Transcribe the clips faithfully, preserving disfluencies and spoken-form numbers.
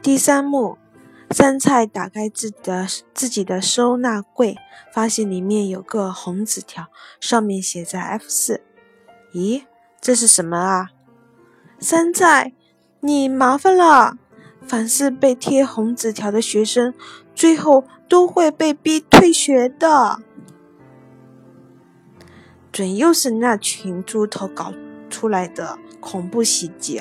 第三幕，杉菜打开自己的自己的收纳柜，发现里面有个红纸条，上面写着 F 四。咦，这是什么啊？杉菜，你麻烦了。凡是被贴红纸条的学生，最后都会被逼退学的。准又是那群猪头搞出来的恐怖袭击。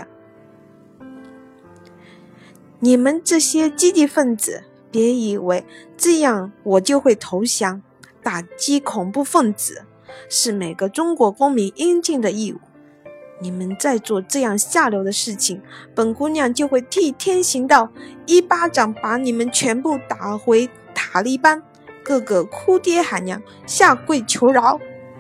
你们这些积极分子，别以为这样我就会投降。打击恐怖分子是每个中国公民应尽的义务。你们再做这样下流的事情，本姑娘就会替天行道，一巴掌把你们全部打回塔利班，个个哭爹喊娘，下跪求饶。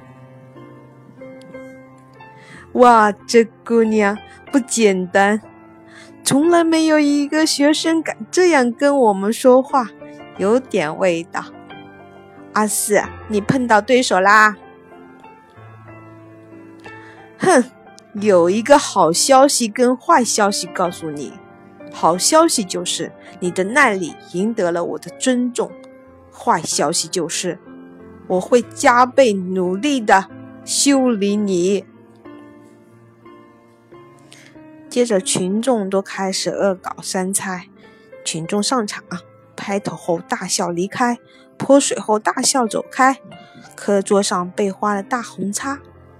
哇，这姑娘不简单，从来没有一个学生敢这样跟我们说话，有点味道。阿四，你碰到对手啦！哼，有一个好消息跟坏消息告诉你。好消息就是你的耐力赢得了我的尊重，坏消息就是我会加倍努力的修理你。接着群众都开始恶搞杉菜，群众上场，拍头后大笑离开，泼水后大笑走开，课桌上被画了大红叉。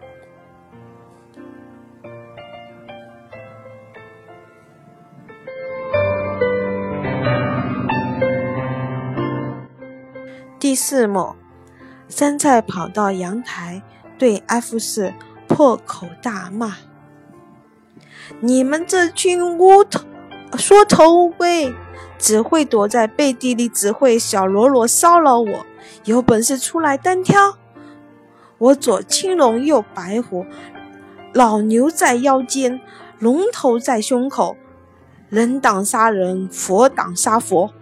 第四幕，杉菜跑到阳台对 F 四破口大骂：你们这群乌头缩头乌龟，只会躲在背地里指挥小喽啰骚扰我，有本事出来单挑！我左青龙右白虎，老牛在腰间，龙头在胸口，人挡杀人，佛挡杀佛，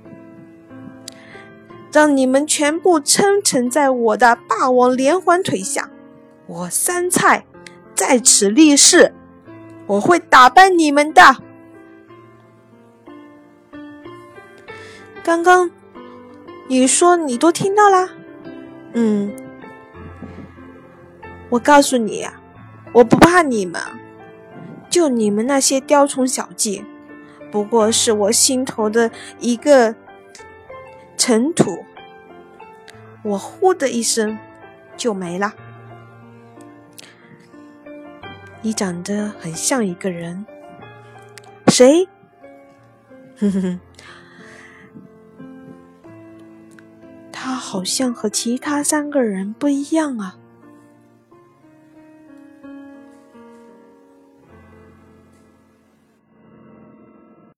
让你们全部称臣在我的霸王连环腿下。我杉菜在此立誓，我会打败你们的。刚刚你说你都听到啦？嗯，我告诉你啊，我不怕你们，就你们那些雕虫小技，不过是我心头的一个尘土，我呼的一声就没了。你长得很像一个人。谁？哼哼哼，他好像和其他三个人不一样啊。